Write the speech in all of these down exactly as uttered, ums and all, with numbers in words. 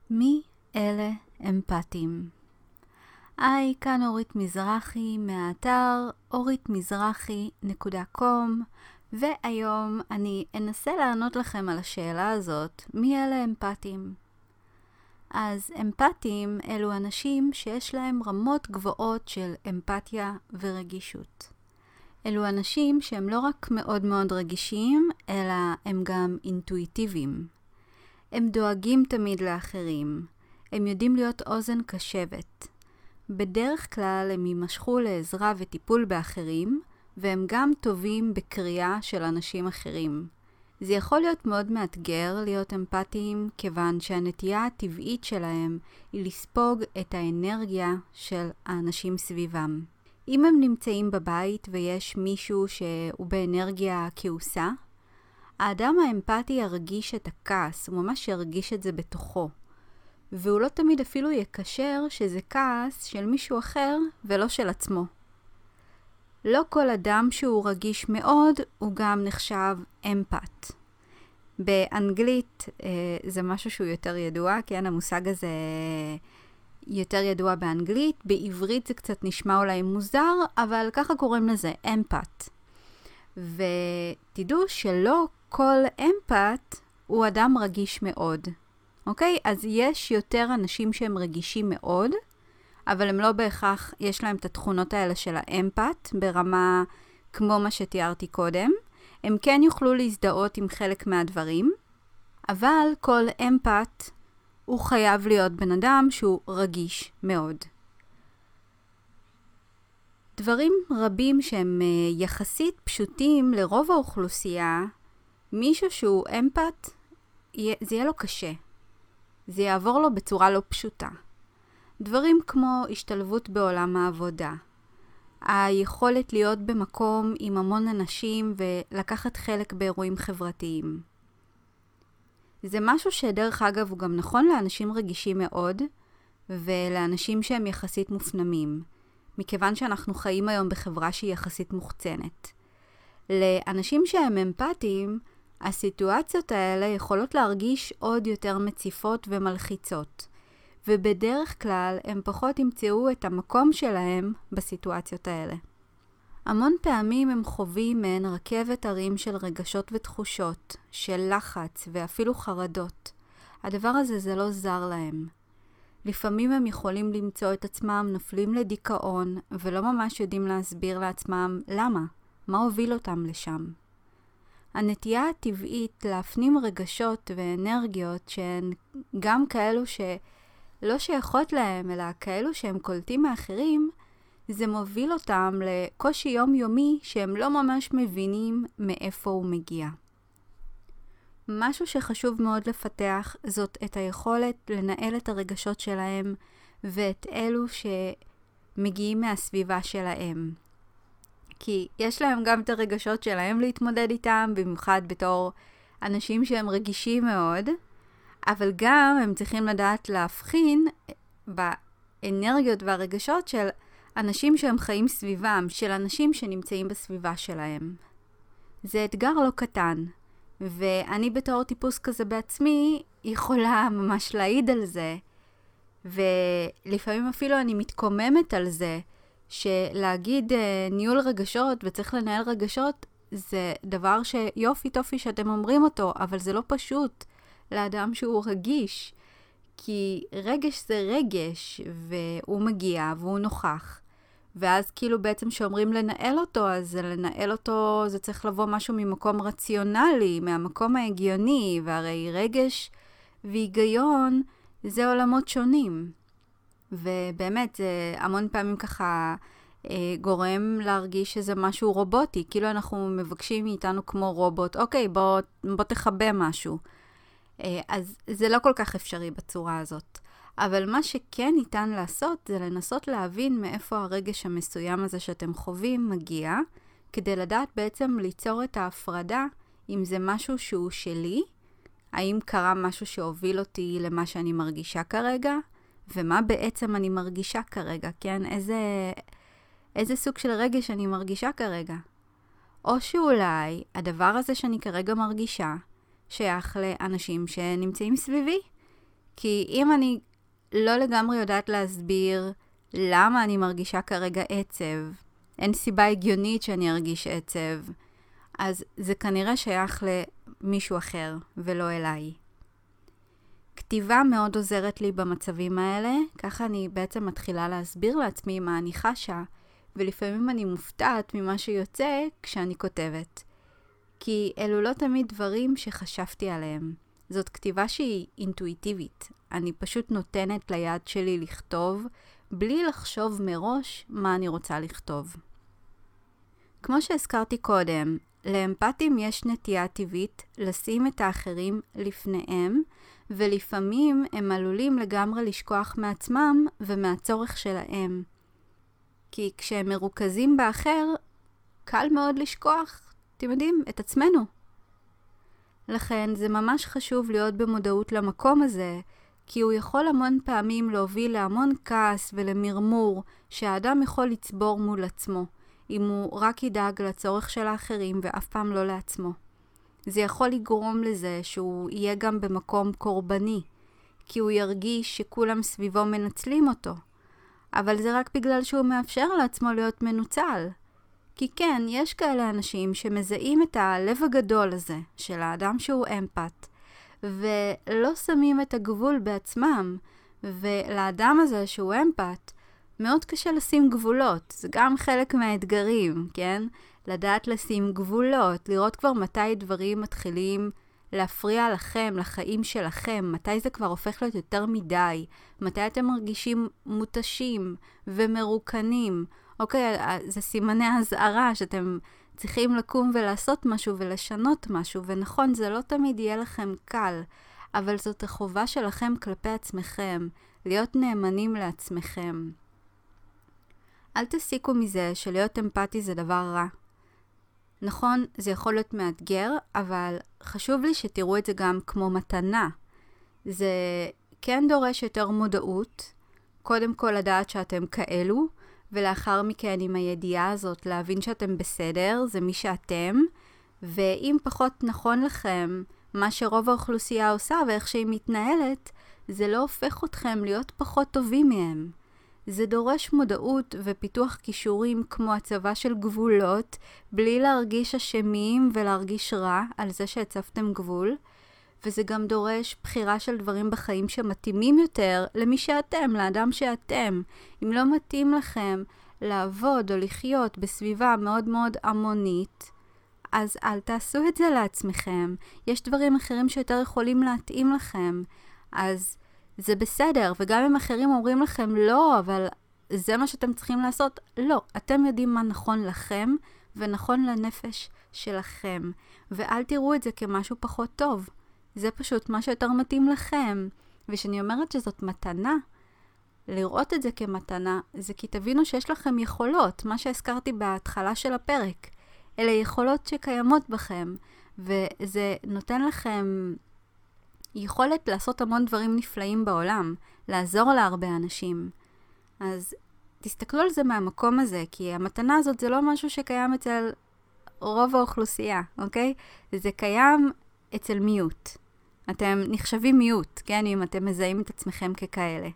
מי אלה אמפתיים? היי, כאן אורית מזרחי מהאתר אורית מזרחי נקודה קום, והיום אני אנסה לענות לכם על השאלה הזאת, מי אלה אמפתיים? אז אמפתיים אלו אנשים שיש להם רמות גבוהות של אמפתיה ורגישות. אלו אנשים שהם לא רק מאוד מאוד רגישים, אלא הם גם אינטואיטיביים. הם דואגים תמיד לאחרים. הם יודעים להיות אוזן קשבת. בדרך כלל הם יימשכו לעזרה וטיפול באחרים, והם גם טובים בקריאה של אנשים אחרים. זה יכול להיות מאוד מאתגר להיות אמפתיים, כיוון שהנטייה הטבעית שלהם היא לספוג את האנרגיה של האנשים סביבם. אם הם נמצאים בבית ויש מישהו שהוא באנרגיה כעוסה, האדם האמפתי ירגיש את הכעס, הוא ממש ירגיש את זה בתוכו. והוא לא תמיד אפילו יקשר שזה כעס של מישהו אחר ולא של עצמו. לא כל אדם שהוא רגיש מאוד הוא גם נחשב אמפת. באנגלית זה משהו שהוא יותר ידוע, כן, המושג הזה יותר ידוע באנגלית. בעברית זה קצת נשמע אולי מוזר, אבל ככה קוראים לזה, אמפת. ותדעו שלא כל אמפת הוא אדם רגיש מאוד. אוקיי? אז יש יותר אנשים שהם רגישים מאוד, אבל הם לא בהכרח, יש להם את התכונות האלה של האמפת, ברמה כמו מה שתיארתי קודם. הם כן יוכלו להזדהות עם חלק מהדברים, אבל כל אמפת הוא חייב להיות בן אדם שהוא רגיש מאוד. דברים רבים שהם יחסית פשוטים לרוב האוכלוסייה, מישהו שהוא אמפת, זה יהיה לו קשה. זה יעבור לו בצורה לא פשוטה. דברים כמו השתלבות בעולם העבודה. היכולת להיות במקום עם המון אנשים ולקחת חלק באירועים חברתיים. זה משהו שדרך אגב הוא גם נכון לאנשים רגישים מאוד, ולאנשים שהם יחסית מופנמים. מכיוון שאנחנו חיים היום בחברה שהיא יחסית מוחצנת. לאנשים שהם אמפתיים, הסיטואציות האלה יכולות להרגיש עוד יותר מציפות ומלחיצות. ובדרך כלל הם פחות ימצאו את המקום שלהם בסיטואציות האלה. המון פעמים הם חווים מהן רכבת הרים של רגשות ותחושות, של לחץ ואפילו חרדות. הדבר הזה זה לא זר להם. לפעמים הם יכולים למצוא את עצמם נופלים לדיכאון ולא ממש יודעים להסביר לעצמם למה, מה הוביל אותם לשם. הנטייה הטבעית להפנים רגשות ואנרגיות שהן גם כאלו שלא שייכות להם, אלא כאלו שהם קולטים מאחרים, זה מוביל אותם לקושי יומיומי שהם לא ממש מבינים מאיפה הוא מגיע. משהו שחשוב מאוד לפתח זאת את היכולת לנהל את הרגשות שלהם ואת אלו שמגיעים מהסביבה שלהם. כי יש להם גם את הרגשות שלהם להתמודד איתם, במיוחד בתור אנשים שהם רגישים מאוד, אבל גם הם צריכים לדעת להבחין באנרגיות והרגשות של אנשים שהם חיים סביבם, של אנשים שנמצאים בסביבה שלהם. זה אתגר לא קטן, ואני בתור טיפוס כזה בעצמי יכולה ממש להעיד על זה, ולפעמים אפילו אני מתקוממת על זה, שלהגיד uh, ניהול רגשות וצריך לנהל רגשות זה דבר שיופי טופי שאתם אומרים אותו, אבל זה לא פשוט לאדם שהוא רגיש, כי רגש זה רגש והוא מגיע והוא נוכח, ואז כאילו בעצם שאומרים לנהל אותו, אז לנהל אותו זה צריך לבוא משהו ממקום רציונלי, מהמקום ההגיוני, והרי רגש והיגיון זה עולמות שונים. ובאמת זה המון פעמים ככה אה, גורם להרגיש שזה משהו רובוטי, כאילו אנחנו מבקשים מאיתנו כמו רובוט, אוקיי בוא, בוא תחבא משהו. אה, אז זה לא כל כך אפשרי בצורה הזאת. אבל מה שכן ניתן לעשות זה לנסות להבין מאיפה הרגש המסוים הזה שאתם חווים מגיע, כדי לדעת בעצם ליצור את ההפרדה אם זה משהו שהוא שלי, האם קרה משהו שהוביל אותי למה שאני מרגישה כרגע, ומה בעצם אני מרגישה כרגע, כן? איזה, איזה סוג של רגש אני מרגישה כרגע. או שאולי הדבר הזה שאני כרגע מרגישה שייך לאנשים שנמצאים סביבי, כי אם אני לא לגמרי יודעת להסביר למה אני מרגישה כרגע עצב, אין סיבה הגיונית שאני ארגיש עצב, אז זה כנראה שייך למישהו אחר ולא אליי. כתיבה מאוד עוזרת לי במצבים האלה, ככה אני בעצם מתחילה להסביר לעצמי מה אני חשה, ולפעמים אני מופתעת ממה שיוצא כשאני כותבת. כי אלו לא תמיד דברים שחשבתי עליהם. זאת כתיבה שהיא אינטואיטיבית. אני פשוט נותנת ליד שלי לכתוב, בלי לחשוב מראש מה אני רוצה לכתוב. כמו שהזכרתי קודם, לאמפתים יש נטייה טבעית לשים את האחרים לפניהם, ולפעמים הם עלולים לגמרי לשכוח מעצמם ומהצורך שלהם. כי כשהם מרוכזים באחר, קל מאוד לשכוח, אתם יודעים, את עצמנו. לכן זה ממש חשוב להיות במודעות למקום הזה, כי הוא יכול המון פעמים להוביל להמון כעס ולמרמור שהאדם יכול לצבור מול עצמו, אם הוא רק ידאג לצורך של האחרים ואף פעם לא לעצמו. זה יכול לגרום לזה שהוא יהיה גם במקום קורבני, כי הוא ירגיש שכולם סביבו מנצלים אותו. אבל זה רק בגלל שהוא מאפשר לעצמו להיות מנוצל. כי כן, יש כאלה אנשים שמזהים את הלב הגדול הזה של האדם שהוא אמפת, ולא שמים את הגבול בעצמם, ולאדם הזה שהוא אמפת, מאוד קשה לשים גבולות. זה גם חלק מהאתגרים, כן? לדעת לשים גבולות, לראות כבר מתי דברים מתחילים להפריע לכם, לחיים שלכם, מתי זה כבר הופך להיות יותר מדי, מתי אתם מרגישים מותשים ומרוקנים. אוקיי, זה סימני הזהרה שאתם צריכים לקום ולעשות משהו ולשנות משהו, ונכון, זה לא תמיד יהיה לכם קל, אבל זאת החובה שלכם כלפי עצמכם, להיות נאמנים לעצמכם. אל תסיקו מזה שלהיות אמפתי זה דבר רע. נכון, זה יכול להיות מאתגר, אבל חשוב לי שתראו את זה גם כמו מתנה. זה כן דורש יותר מודעות, קודם כל לדעת שאתם כאלו, ולאחר מכן עם הידיעה הזאת להבין שאתם בסדר, זה מי שאתם, ואם פחות נכון לכם מה שרוב האוכלוסייה עושה ואיך שהיא מתנהלת, זה לא הופך אתכם להיות פחות טובים מהם. זה דורש מודעות ופיתוח כישורים כמו הצבה של גבולות, בלי להרגיש אשמים ולהרגיש רע על זה שהצבתם גבול, וזה גם דורש בחירה של דברים בחיים שמתאימים יותר למי שאתם, לאדם שאתם. אם לא מתאים לכם לעבוד או לחיות בסביבה מאוד מאוד המונית, אז אל תעשו את זה לעצמכם. יש דברים אחרים שיותר יכולים להתאים לכם. אז זה בסדר, וגם אם אחרים אומרים לכם לא, אבל זה מה שאתם צריכים לעשות, לא. אתם יודעים מה נכון לכם ונכון לנפש שלכם. ואל תראו את זה כמשהו פחות טוב. זה פשוט מה שיותר מתאים לכם. ושאני אומרת שזאת מתנה, לראות את זה כמתנה, זה כי תבינו שיש לכם יכולות, מה שהזכרתי בהתחלה של הפרק. אלה יכולות שקיימות בכם, וזה נותן לכם יכולת לעשות המון דברים נפלאים בעולם, לעזור להרבה אנשים. אז תסתכלו על זה מהמקום הזה, כי המתנה הזאת זה לא משהו שקיים אצל רוב האוכלוסייה, אוקיי? זה קיים אצל מיעוט. אתם נחשבים מיעוט, כן? אם אתם מזהים את עצמכם ככאלה.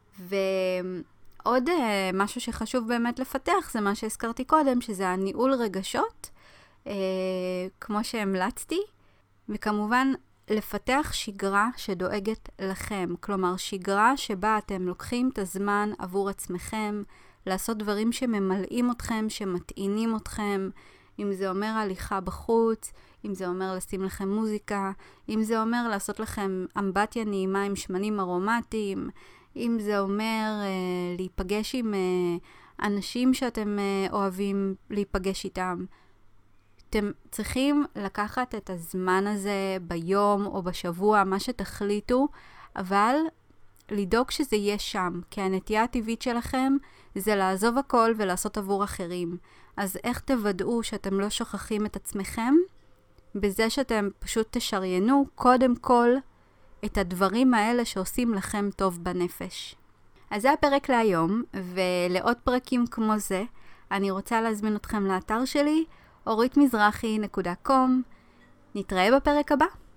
ועוד uh, משהו שחשוב באמת לפתח, זה מה שהזכרתי קודם, שזה הניהול רגשות, uh, כמו שהמלצתי, וכמובן לפתח שגרה שדואגת לכם. כלומר, שגרה שבה אתם לוקחים את הזמן עבור עצמכם, לעשות דברים שממלאים אתכם, שמטעינים אתכם, אם זה אומר הליכה בחוץ, אם זה אומר לשים לכם מוזיקה, אם זה אומר לעשות לכם אמבטיה נעימה עם שמנים ארומטיים, אם זה אומר אה, להיפגש עם אה, אנשים שאתם אה, אוהבים להיפגש איתם. אתם צריכים לקחת את הזמן הזה ביום או בשבוע, מה שתחליטו, אבל לדאוג שזה יהיה שם, כי הנטייה הטבעית שלכם זה לעזוב הכל ולעשות עבור אחרים. אז איך תוודאו שאתם לא שוכחים את עצמכם? בזה שאתם פשוט תשריינו קודם כל את הדברים האלה שעושים לכם טוב בנפש. אז זה הפרק להיום, ולעוד פרקים כמו זה, אני רוצה להזמין אתכם לאתר שלי, אורית מזרחי נקודה קום. נתראה בפרק הבא.